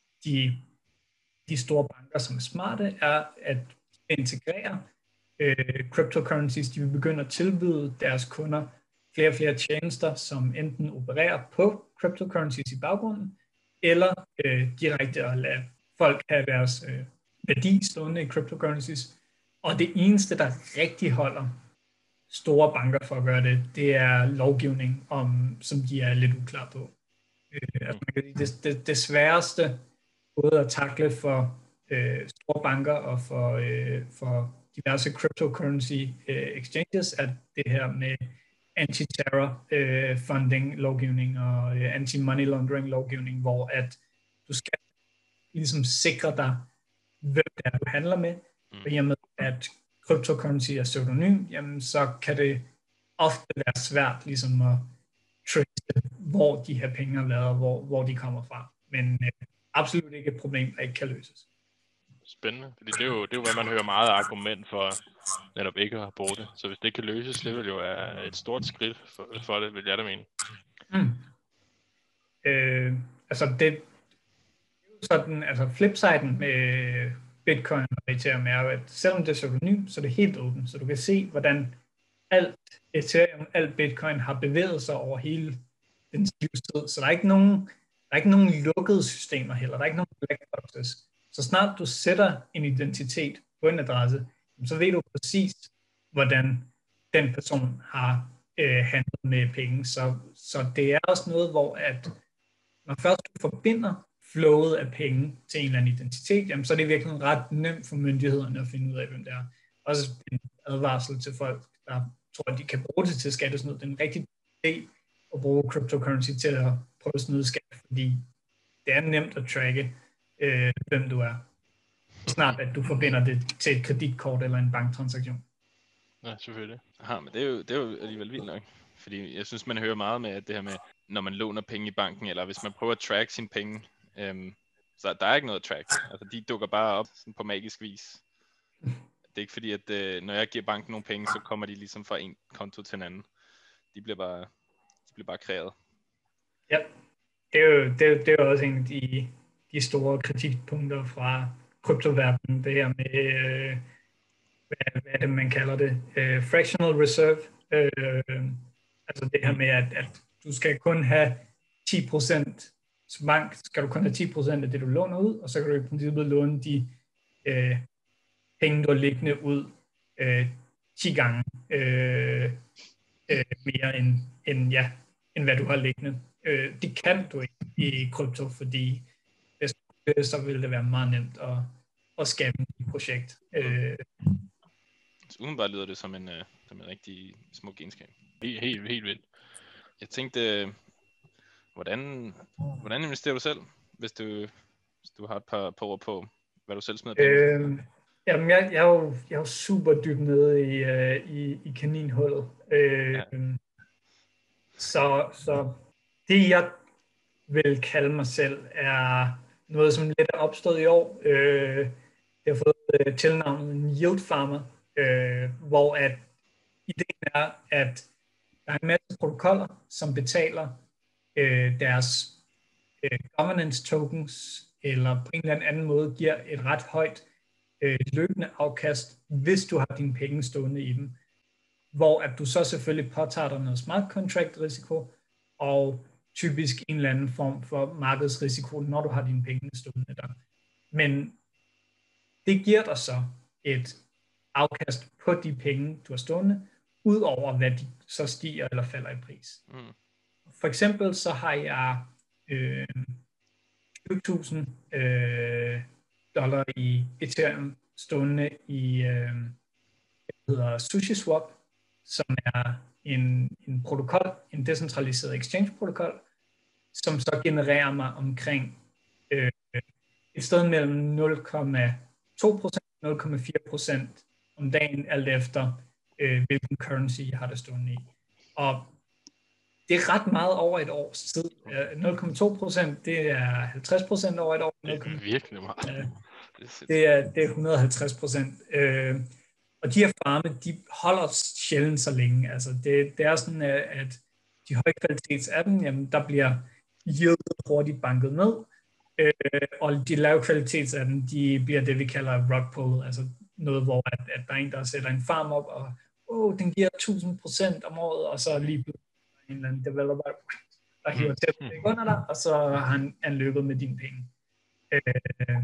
de store banker, som er smarte, er at integrere cryptocurrencies. De vil begynde at tilbyde deres kunder flere og flere tjenester, som enten opererer på cryptocurrencies i baggrunden, eller direkte at lade folk have deres værdi stående i cryptocurrencies. Og det eneste, der rigtig holder store banker for at gøre det, det er lovgivning, som de er lidt uklar på. Altså man kan sige, det sværeste både at takle for store banker og for diverse cryptocurrency exchanges er det her med anti-terror funding lovgivning og anti-money laundering lovgivning, hvor at du skal ligesom sikre dig, hvem det er, du handler med, og i og med at cryptocurrency er pseudonym, jamen så kan det ofte være svært ligesom at trace, hvor de her penge har været, hvor de kommer fra. Men absolut ikke et problem, der ikke kan løses. Spændende, fordi det er jo, hvad man hører meget argument for netop ikke at bruge det. Så hvis det kan løses, det vil jo være et stort skridt for det, vil jeg da mene. Altså det sådan, altså flipsiden med Bitcoin og Ethereum er jo, at selvom det er pseudonym, så er det helt åbent, så du kan se, hvordan alt Ethereum, alt Bitcoin har bevæget sig over hele den livstid. Så der er ikke nogen lukkede systemer heller, der er ikke nogen black boxes. Så snart du sætter en identitet på en adresse, så ved du præcis, hvordan den person har handlet med penge. Så det er også noget, hvor at når først du forbinder flowet af penge til en eller anden identitet, jamen, så er det virkelig ret nemt for myndighederne at finde ud af, hvem det er. Også en advarsel til folk, der tror, at de kan bruge det til skattesnyd. Det er en rigtig idé at bruge cryptocurrency til at prøve at snyde skat, fordi det er nemt at tracke, hvem du er. Snart at du forbinder det til et kreditkort eller en banktransaktion. Ja, selvfølgelig. Aha, men det er jo alligevel vildt nok. Fordi jeg synes, man hører meget med, at det her med, når man låner penge i banken, eller hvis man prøver at track sine penge, så der er ikke noget at track. Altså, de dukker bare op sådan på magisk vis. Det er ikke fordi, at når jeg giver banken nogle penge, så kommer de ligesom fra en konto til en anden. De bliver bare kreeret. Ja, det er jo også en af de store kritikpunkter fra kryptoverdenen, det her med, hvad er det, man kalder det? Fractional reserve. Altså det her med, at du skal kun have 10%, som bank skal du kun have 10% af det, du låner ud, og så kan du i princippet låne de penge, du har liggende ud 10 gange mere end hvad du har liggende. Det kan du ikke i krypto, fordi så vil det være meget nemt at skabe et projekt. Så udenbart lyder det som en rigtig smuk egenskab. Helt vildt. Jeg tænkte, hvordan investerer du selv, hvis du har et par ord på, hvad du selv smider penge? Jamen, jeg er jo super dybt nede i kaninhullet. Så det, jeg vil kalde mig selv, er noget, som lidt er opstået i år. Jeg har fået tilnavnet en yield farmer, hvor at ideen er, at der er en masse protokoller, som betaler deres governance tokens, eller på en eller anden måde giver et ret højt løbende afkast, hvis du har dine penge stående i dem. Hvor at du så selvfølgelig påtager dig noget smart contract risiko, og typisk en eller anden form for markedsrisiko, når du har dine penge stående der. Men det giver dig så et afkast på de penge, du har stående, ud over hvad de så stiger eller falder i pris. For eksempel så har jeg $20,000 i Ethereum stående i hedder SushiSwap, som er en protokol, en decentraliseret exchange-protokol, som så genererer mig omkring et sted mellem 0,2% og 0,4% om dagen, alt efter hvilken currency jeg har det stående i. Og det er ret meget over et års tid. 0,2%, det er 50% over et år. Det er virkelig meget. Det er 150%. Og de her farme, de holder sjældent så længe. Altså det er sådan, at de højkvalitets af dem, jamen, der bliver yieldet hurtigt banket ned, og de lave kvalitets af dem, de bliver det, vi kalder rug pull, altså noget, hvor at der er en, der sætter en farm op, og den giver 1000% om året, og så lige pludselig en eller anden developer, der hiver til under dig, og så har han løbet med dine penge.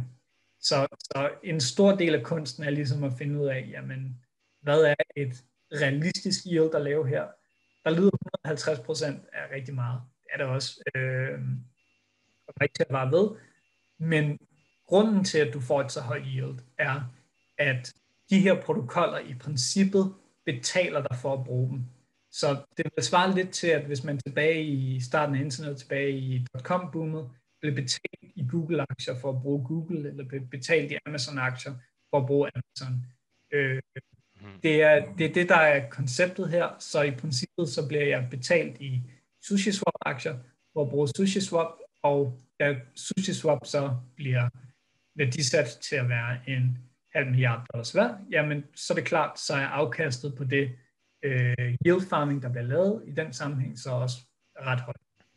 Så en stor del af kunsten er ligesom at finde ud af, jamen, hvad er et realistisk yield at lave her. Der lyder 150% er rigtig meget. Det er det også. Rigtig til at vare ved. Men grunden til, at du får et så højt yield, er, at de her protokoller i princippet betaler dig for at bruge dem. Så det vil svare lidt til, at hvis man tilbage i starten af internet, tilbage i .com-boomet, blev betalt i Google-aktier for at bruge Google, eller blev betalt i Amazon-aktier for at bruge Amazon. Det er det, der er konceptet her. Så i princippet, så bliver jeg betalt i SushiSwap-aktier for at bruge SushiSwap, og da SushiSwap så bliver værdisat til at være $500 million værd, jamen så er det klart, så er afkastet på det yield farming, der bliver lavet i den sammenhæng, så også ret højt.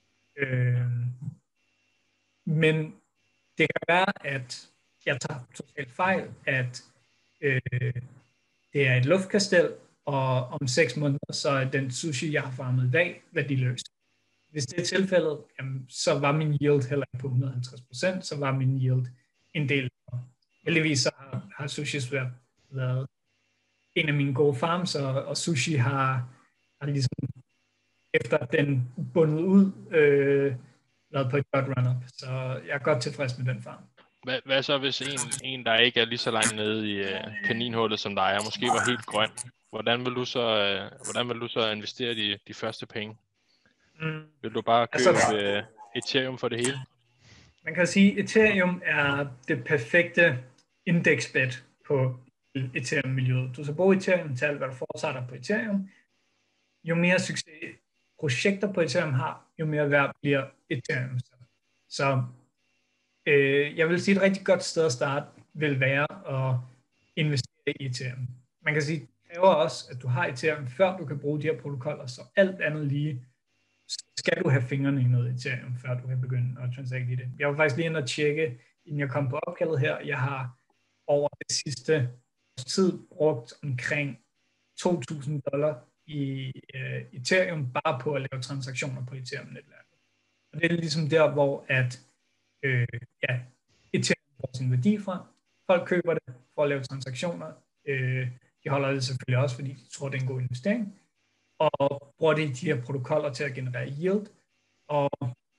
Men det kan være, at jeg tager totalt fejl, at det er et luftkastel, og om 6 måneder, så er den sushi, jeg har farmet i dag, værdiløs. Hvis det er tilfældet, jamen, så var min yield heller ikke på 150%, så var min yield en del. Heldigvis så har SushiSwap været en af mine gode farms, og sushi har ligesom efter den bundet ud, lavet på et godt run-up. Så jeg er godt tilfreds med den farm. Hvad så hvis en, der ikke er lige så langt nede i kaninhullet som dig, og måske var helt grøn? Hvordan vil du så investere de første penge? Vil du bare købe Ethereum for det hele? Man kan sige, at Ethereum er det perfekte indeksbet på Ethereum-miljøet. Du skal bruge Ethereum til alt, hvad du foretager dig på Ethereum. Jo mere succes projekter på Ethereum har, jo mere værd bliver Ethereum. Så jeg vil sige, et rigtig godt sted at starte vil være at investere i Ethereum. Man kan sige, det kræver også, at du har Ethereum, før du kan bruge de her protokoller, så alt andet lige skal du have fingrene i noget Ethereum, før du kan begynde at transacte i det. Jeg var faktisk lige inde og tjekke, inden jeg kom på opkaldet her. Jeg har over det sidste tid brugt omkring $2,000 i Ethereum, bare på at lave transaktioner på Ethereum-netværket. Og det er ligesom der, hvor at Ethereum får sin værdi fra. Folk køber det for at lave transaktioner. De holder det selvfølgelig også, fordi de tror, det er en god investering. Og bruger de her protokoller til at generere yield. Og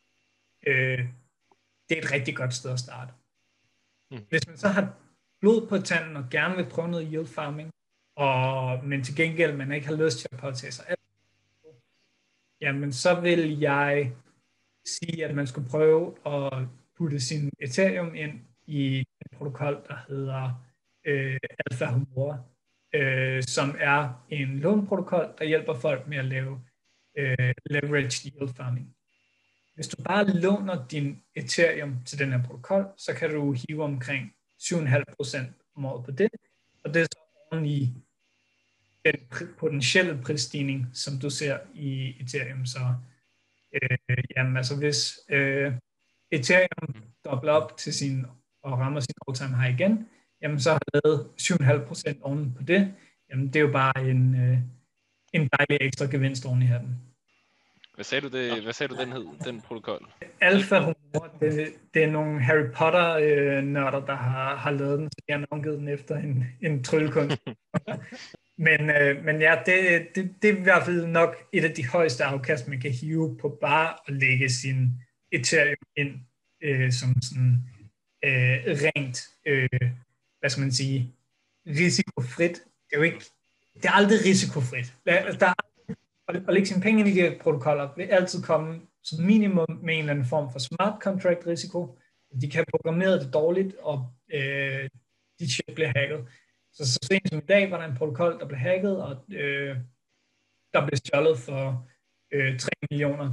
det er et rigtig godt sted at starte. Hvis man så har blod på tanden og gerne vil prøve noget yield farming, men til gengæld man ikke har lyst til at påtage sig alt, jamen så vil jeg sige, at man skulle prøve at putte sin Ethereum ind i en protokol, der hedder Alpha Humora, som er en lånprotokol, der hjælper folk med at lave leveraged yield farming. Hvis du bare låner din Ethereum til den her protokol, så kan du hive omkring 7,5% om året på det, og det er så oven i den potentielle prisstigning, som du ser i Ethereum. Så jamen, altså hvis Ethereum dobler op til sin og rammer sin all-time high igen, jamen så har jeg lavet 7,5% oven på det. Jamen det er jo bare en dejlig ekstra gevinst oven i hatten. Hvad sagde du den hed, den protokol? Alpha Humor, det er nogle Harry Potter-nørder, der har lavet den, så jeg har navngivet den efter en tryllekunst. men ja, det er i hvert fald nok et af de højeste afkast, man kan hive på bare at lægge sin Ethereum ind som sådan rent, hvad skal man sige, risikofrit. Det er jo ikke, det er aldrig risikofrit. At lægge sine penge ind i de protokoller vil altid komme som minimum med en eller anden form for smart contract risiko. De kan programmere det dårligt, og de chip bliver hacket. Så sent som i dag var der en protokol, der blev hacket, og der blev stjålet for $3 million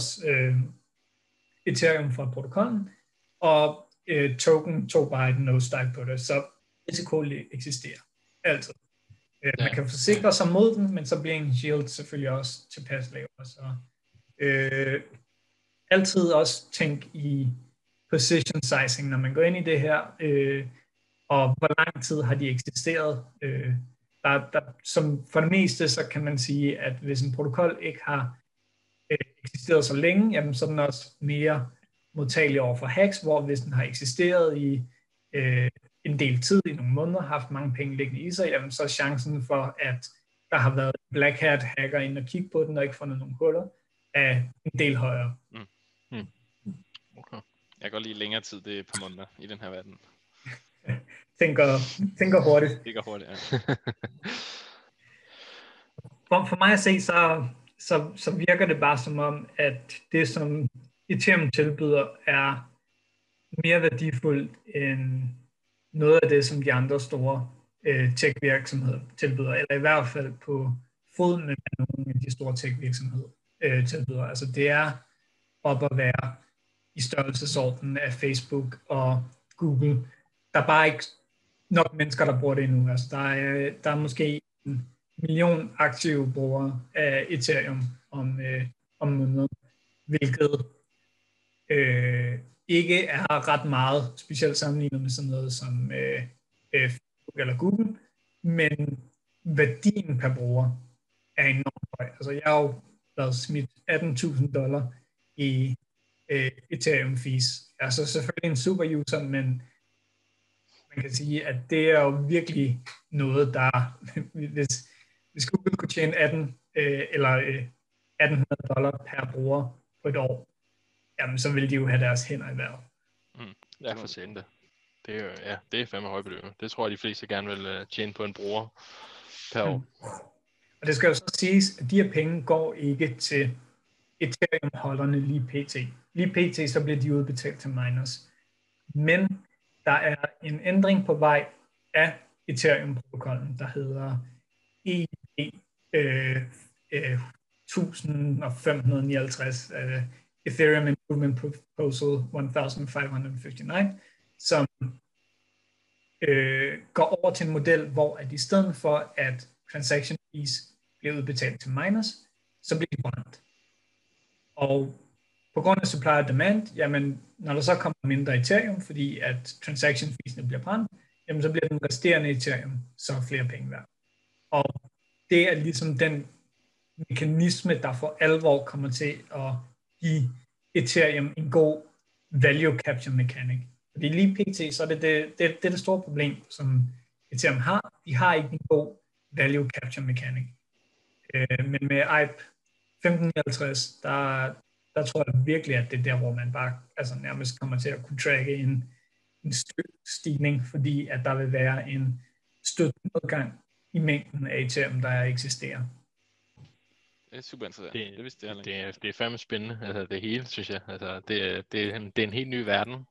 Ethereum fra protokollen, og token tog bare et nosedive på det, så risiko eksisterer altid. Man kan forsikre sig mod den, men så bliver en yield selvfølgelig også tilpas lavere. Så altid også tænk i position sizing, når man går ind i det her, og hvor lang tid har de eksisteret. Som for det meste, så kan man sige, at hvis en protokol ikke har eksisteret så længe, jamen, så er den også mere modtagelig over for hacks, hvor hvis den har eksisteret i en del tid, i nogle måneder, haft mange penge liggende i sig, jamen, så er chancen for, at der har været Black Hat hacker ind og kigge på den, og ikke fundet nogle huller, er en del højere. Okay. Jeg går lige længere tid, det er et par måneder i den her verden. Tænker hurtigt. Det går hurtigt, ja. For mig at se, så virker det bare som om, at det, som Ethereum tilbyder, er mere værdifuldt end noget af det, som de andre store tech-virksomheder tilbyder, eller i hvert fald på fod med nogle af de store tech-virksomheder tilbyder. Altså det er op at være i størrelsesordenen af Facebook og Google. Der er bare ikke nok mennesker, der bruger det endnu. Altså der er måske 1 million aktive brugere af Ethereum om måneden, hvilket ikke er ret meget, specielt sammenlignet med sådan noget som Facebook eller Google, men værdien per bruger er enormt høj. Altså jeg har jo været smidt $18,000 i Ethereum fees. Altså selvfølgelig en super user, men man kan sige, at det er jo virkelig noget, der hvis Google kunne tjene $1,800 per bruger på et år, jamen så ville de jo have deres hænder i vejret. Ja, for sent det. Det er jo, ja, det er fandme højbeløb. Det tror jeg, de fleste gerne vil tjene på en bruger per år. Og det skal jo så siges, at de her penge går ikke til Ethereum-holderne lige pt. Lige pt. Så bliver de udbetalt til miners. Men der er en ændring på vej af Ethereum-protokollen, der hedder EIP 1559, Ethereum Improvement Proposal 1559, som går over til en model, hvor at i stedet for at transaction fees bliver udbetalt til miners, så bliver de brændt. Og på grund af supply og demand, jamen når der så kommer mindre Ethereum, fordi at transaction feesene bliver brændt, jamen så bliver den resterende Ethereum så flere penge værd. Og det er ligesom den mekanisme, der for alvor kommer til at give Ethereum en god value capture mechanic. Fordi lige pt. Så er det store problem, som Ethereum har. De har ikke en god value capture mechanic. Men med EIP 1559, der tror jeg virkelig, at det er der, hvor man bare nærmest kommer til at kunne tracke en stigning, fordi at der vil være en støt nedgang i mængden af Ethereum, der eksisterer. Det er super interessant. Det er fandme spændende, altså det hele, synes jeg. Altså, det er en helt ny verden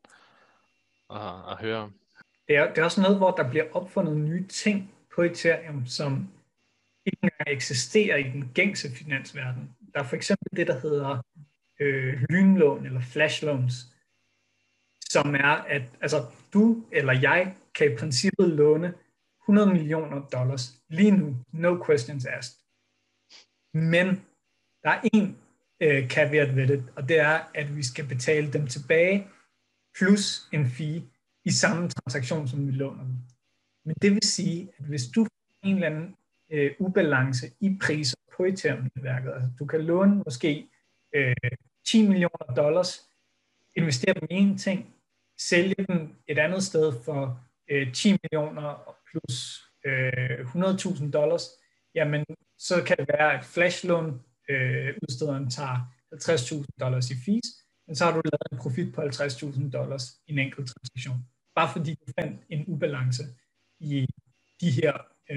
at høre om. Det er også noget, hvor der bliver opfundet nye ting på Ethereum, som ikke engang eksisterer i den gængse finansverden. Der er for eksempel det, der hedder lynlån eller flashlåns, som er, at du eller jeg kan i princippet låne $100 million lige nu, no questions asked. Men der er en caveat ved det, og det er, at vi skal betale dem tilbage plus en fee i samme transaktion, som vi låner dem. Men det vil sige, at hvis du får en eller anden ubalance i priser på Ethereum-netværket, altså du kan låne måske $10 million, investere dem i en ting, sælge dem et andet sted for 10 millioner plus $100,000, jamen så kan det være, at flashlån udstederen tager $50,000 i fees, men så har du lavet en profit på $50,000 i en enkelt transaktion. Bare fordi du fandt en ubalance i de her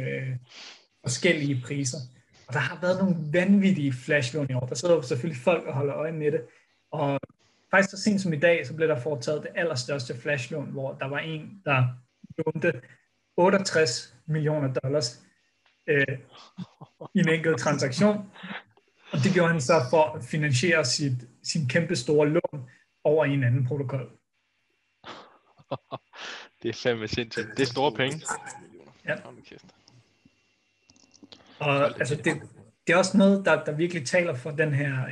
forskellige priser. Og der har været nogle vanvittige flashlån i år. Der sidder jo selvfølgelig folk og holder øje med det. Og faktisk så sent som i dag, så blev der foretaget det allerstørste flashlån, hvor der var en, der lånte $68 million i en enkelt transaktion. Og det gjorde han så for at finansiere sin kæmpe store lån over i en anden protokol. Det er fandme sindssygt. Det er store penge. Ja. Og det er også noget, der virkelig taler for den her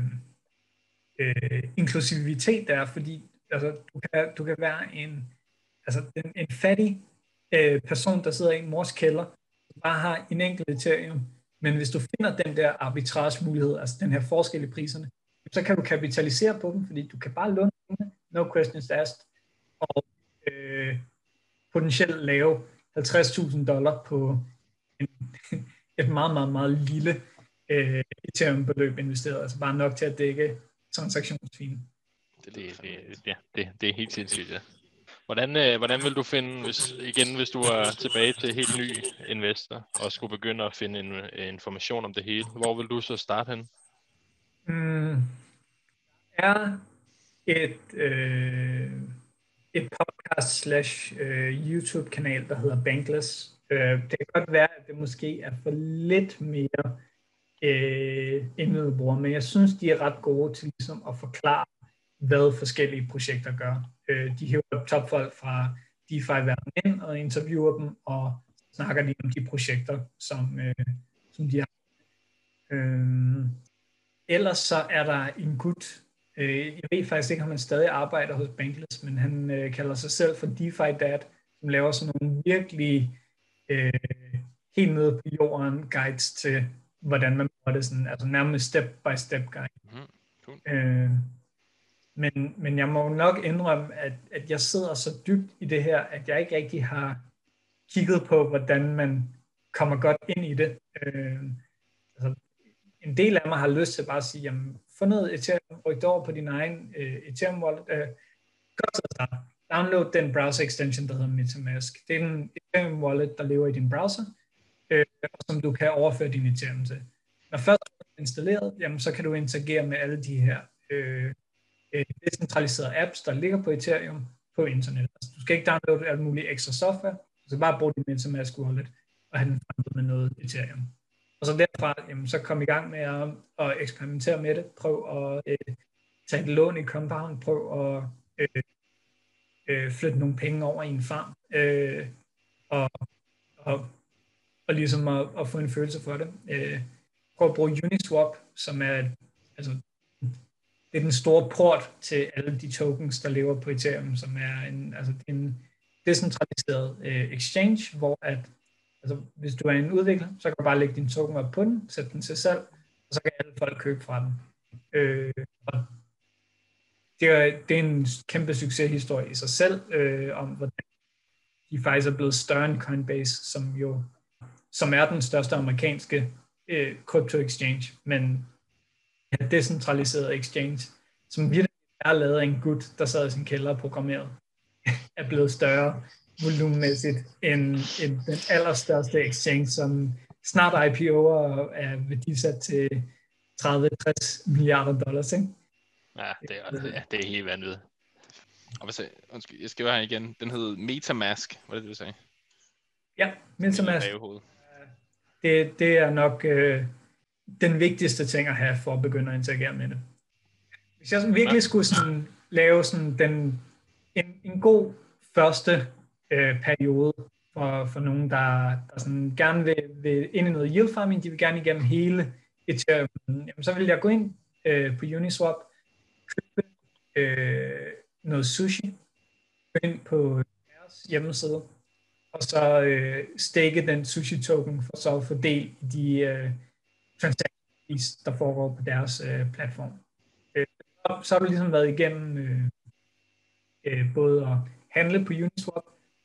inklusivitet der, fordi du kan være en fattig person, der sidder i en mors kælder, som bare har en enkelt Ethereum, men hvis du finder den der arbitrage mulighed, altså den her forskel i priserne, så kan du kapitalisere på dem, fordi du kan bare låne pengene, no questions asked, og potentielt lave $50,000 på et meget, meget, meget lille Ethereum-beløb investeret, altså bare nok til at dække transaktionsfien. Det er helt sindssygt, ja. Hvordan vil du finde, hvis du er tilbage til helt ny investor, og skulle begynde at finde information om det hele, hvor vil du så starte hen? Er et podcast slash YouTube-kanal, der hedder Bankless. Det kan godt være, at det måske er for lidt mere indledende, men jeg synes, de er ret gode til ligesom at forklare, hvad forskellige projekter gør. De hiver topfolk fra DeFi-verdenen ind og interviewer dem, og snakker lige om de projekter, som de har. Ellers så er der en gut, jeg ved faktisk ikke, om han stadig arbejder hos Bankless, men han kalder sig selv for DeFi Dad, som laver sådan nogle virkelig helt nede på jorden guides til, hvordan man gør det, sådan, altså nærmest step-by-step guide. Cool. Men jeg må nok indrømme, at jeg sidder så dybt i det her, at jeg ikke rigtig har kigget på, hvordan man kommer godt ind i det. Altså, en del af mig har lyst til bare at sige, jamen, få noget Ethereum, ryk over på din egen Ethereum wallet. Godt så download den browser extension, der hedder MetaMask. Det er en Ethereum wallet, der lever i din browser, og som du kan overføre din Ethereum til. Når først du er installeret, jamen, så kan du interagere med alle de her decentraliserede apps, der ligger på Ethereum på internet. Altså, du skal ikke downloade alt muligt ekstra software, du skal bare bruge din MetaMask wallet og have den fremmet med noget Ethereum. Og så derfra, jamen, så kom i gang med at eksperimentere med det. Prøv at tage et lån i Compound. Prøv at flytte nogle penge over i en farm. Og ligesom at få en følelse for det. Prøv at bruge Uniswap, som er det er den store port til alle de tokens, der lever på Ethereum, som er en decentraliseret exchange, hvor at hvis du er en udvikler, så kan du bare lægge din token op på den, sætte den til salg, og så kan alle folk købe fra den. Og det er en kæmpe succeshistorie i sig selv, om hvordan de faktisk er blevet større end Coinbase, som er den største amerikanske crypto exchange, men en decentraliseret exchange, som virkelig er lavet af en gut, der sad i sin kælder og programmerede, er blevet større volumenmæssigt end den allerstørste exchange, som snart IPO'er er værdisat til 30-60 milliarder dollars, ikke? Ja, det er helt vanvittigt. Og undskyld, jeg skriver her igen. Den hed MetaMask, var det du sagde? Ja, MetaMask. Det er nok den vigtigste ting at have for at begynde at interagere med det. Hvis jeg virkelig skulle sådan lave sådan en god første periode for nogen, der sådan gerne vil ind i noget yield farming, de vil gerne igennem hele Ethereum, jamen, så vil jeg gå ind på Uniswap, købe noget sushi, gå ind på deres hjemmeside, og så stake den sushi token for så at få del i de transactions, der foregår på deres platform. Så har du ligesom været igennem både at handle på Uniswap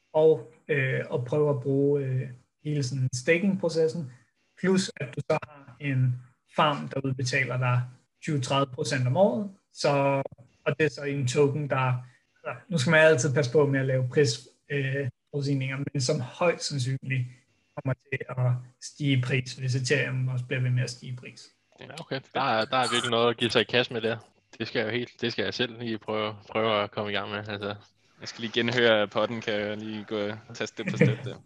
og prøve at bruge hele sådan staking-processen, plus at du så har en farm, der udbetaler dig 20-30% om året, og det er så en token, nu skal man altid passe på med at lave prisforudsigninger, men som højst sandsynligt kommer til at stige i pris, hvis Ethereum også bliver ved med at stige i pris. Ja, okay. Der er virkelig noget at give sig i kast med der. Det skal jeg selv lige prøve at komme i gang med. Altså. Jeg skal lige genhøre podden, kan jeg lige gå og tage step for step der.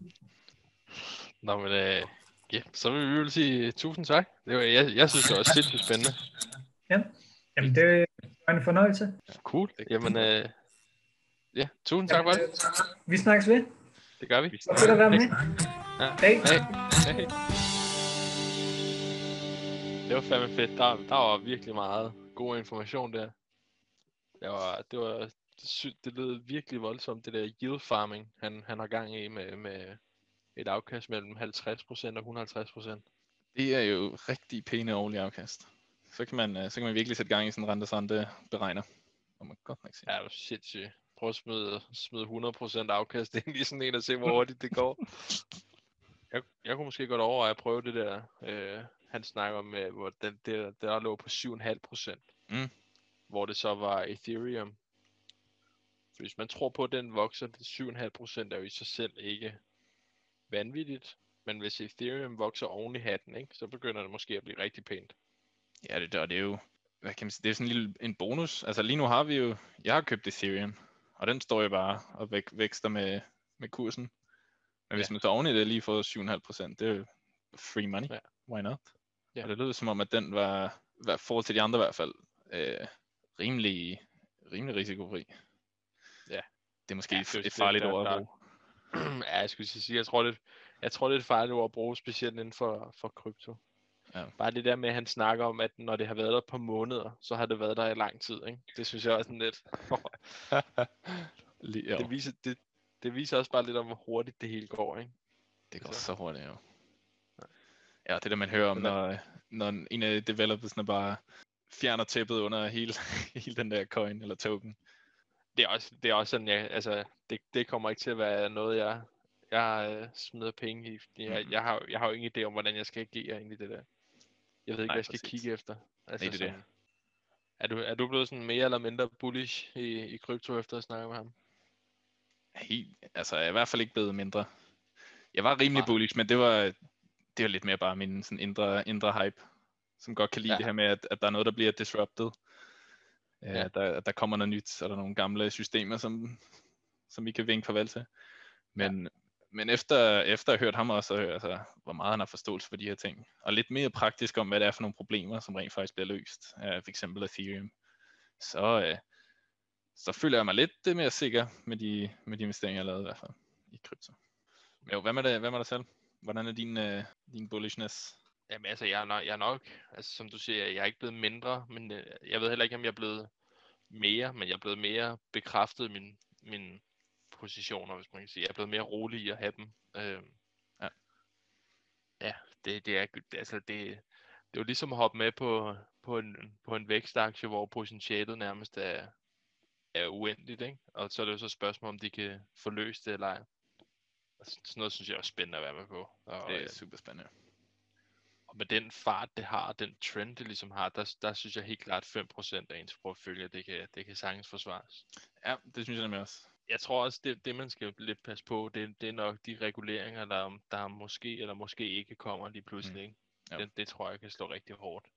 Nå, men ja, så vil vi sige tusind tak. Jeg synes, det var sindssygt spændende. Ja, jamen det var en fornøjelse. Cool. Jamen, ja, tusind tak for det. Vi snakkes ved. Det gør vi. Så vil der være med. Ja. Hej. Hey. Det var fandme fedt. Der var virkelig meget god information der. Det lød virkelig voldsomt, det der yield farming, han har gang i med et afkast mellem 50% og 150%. Det er jo rigtig pæne årlige afkast. Så kan man virkelig sætte gang i sådan en rente beregner. Og man godt nok sige. Ja, det er sindssygt. Prøv at smide 100% afkast ind i sådan en og se, hvor hurtigt det går. Jeg kunne måske godt overveje at prøve det der, han snakker om, hvor der lå på 7,5%. Hvor det så var Ethereum. For hvis man tror på, at den vokser, 7,5% er jo i sig selv ikke vanvittigt. Men hvis Ethereum vokser oven i hatten, ikke, så begynder det måske at blive rigtig pænt. Ja, det er jo, hvad kan man sige, det er sådan en lille en bonus. Altså lige nu har vi jo, jeg har købt Ethereum, og den står jo bare og vækster med kursen. Men hvis man så oven i det lige får 7,5%, det er jo free money. Ja. Why not? Ja. Og det lyder som om, at den var forhold til de andre i hvert fald, rimelig risikofri. Ja. Det er måske et farligt ord at bruge. Ja, jeg skulle sige, jeg tror det er et farligt ord at bruge, specielt inden for krypto. Ja. Bare det der med, at han snakker om, at når det har været der på måneder, så har det været der i lang tid, ikke? Det synes jeg også sådan lidt. Det viser også bare lidt om, hvor hurtigt det hele går, ikke? Det går så hurtigt, jo. Ja, det der man hører om, når en af developersne bare fjerner tæppet under hele den der coin eller token. Det er også sådan, altså, det kommer ikke til at være noget, jeg smider penge i. Jeg har jo ingen idé om, hvordan jeg skal agere ind i det der. Jeg ved ikke, hvad jeg skal kigge efter. Altså, det er det. Er du blevet sådan mere eller mindre bullish i krypto efter at snakke med ham? Altså, jeg er i hvert fald ikke blevet mindre. Jeg var rimelig bullish, men det var lidt mere bare min sådan indre hype, som godt kan lide det her med, at der er noget, der bliver disrupted. Ja. Der kommer noget nyt, så er der nogle gamle systemer, som vi kan vinke farvel til. Men efter at have hørt ham også, altså, hvor meget han har forståelse for de her ting, og lidt mere praktisk om, hvad det er for nogle problemer, som rent faktisk bliver løst, for eksempel Ethereum, så føler jeg mig lidt mere sikker med de investeringer, jeg lavede i hvert fald i krypto. Jo, hvad med dig selv? Hvordan er din bullishness? Jamen altså, jeg er nok, altså som du siger, jeg er ikke blevet mindre, men jeg ved heller ikke, om jeg er blevet mere, men jeg er blevet mere bekræftet i min positioner, hvis man kan sige. Jeg er blevet mere rolig i at have dem. Det er jo ligesom at hoppe med på en vækstaktie, hvor potentialet nærmest er uendeligt, ikke? Og så er det jo så et spørgsmål, om de kan få løst det eller ej. Sådan noget synes jeg er spændende at være med på. Og, det er super spændende. Og med den fart det har, den trend det ligesom har, der synes jeg helt klart 5% af ens portefølje, det kan sagtens forsvares. Ja, det synes jeg nemlig også. Jeg tror også, det man skal lidt passe på, det er nok de reguleringer, der måske eller måske ikke kommer lige pludselig. Ikke? Ja. Det tror jeg kan slå rigtig hårdt.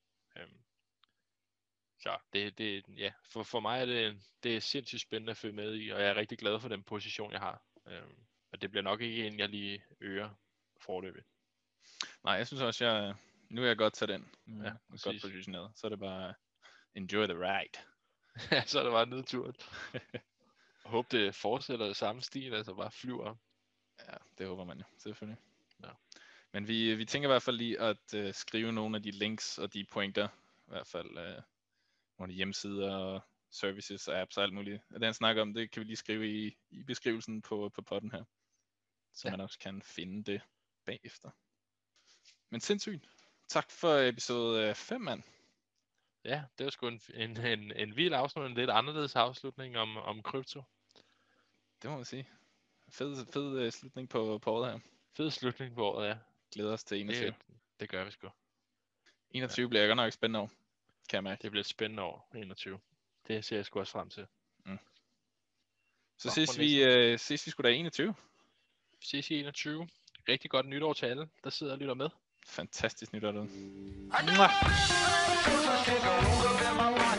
Så for mig er det er sindssygt spændende at følge med i, og jeg er rigtig glad for den position, jeg har. Og det bliver nok ikke en, jeg lige øger foreløbigt. Nej, jeg synes også, nu er jeg godt sat ind. Ja, godt positioneret. Så er det bare enjoy the ride. Ja, så er det bare nedturen. Jeg håber, det fortsætter i samme stil, altså bare flyver. Ja, det håber man jo, selvfølgelig. Ja. Men vi tænker i hvert fald lige at skrive nogle af de links og de pointer, i hvert fald nogle af de hjemmesider og services og apps og alt muligt. Og det han snakker om, det kan vi lige skrive i beskrivelsen på podden her. Så man også kan finde det bagefter. Men sindssygt. Tak for episode 5, mand. Ja, det var sgu en vild afslutning, en lidt anderledes afslutning om krypto. Det må man sige. Fed slutning på året her. Fed slutning på året, ja. Glæder os til 21. Det gør vi sgu. 21 bliver jeg godt nok spændende over, kan jeg mærke. Det bliver et spændende år, 21. Det ser jeg sgu også frem til. Så ses vi sgu da i 21. Ses i 21. Rigtig godt nytår til alle, der sidder og lytter med. Fantastisk nytår derude.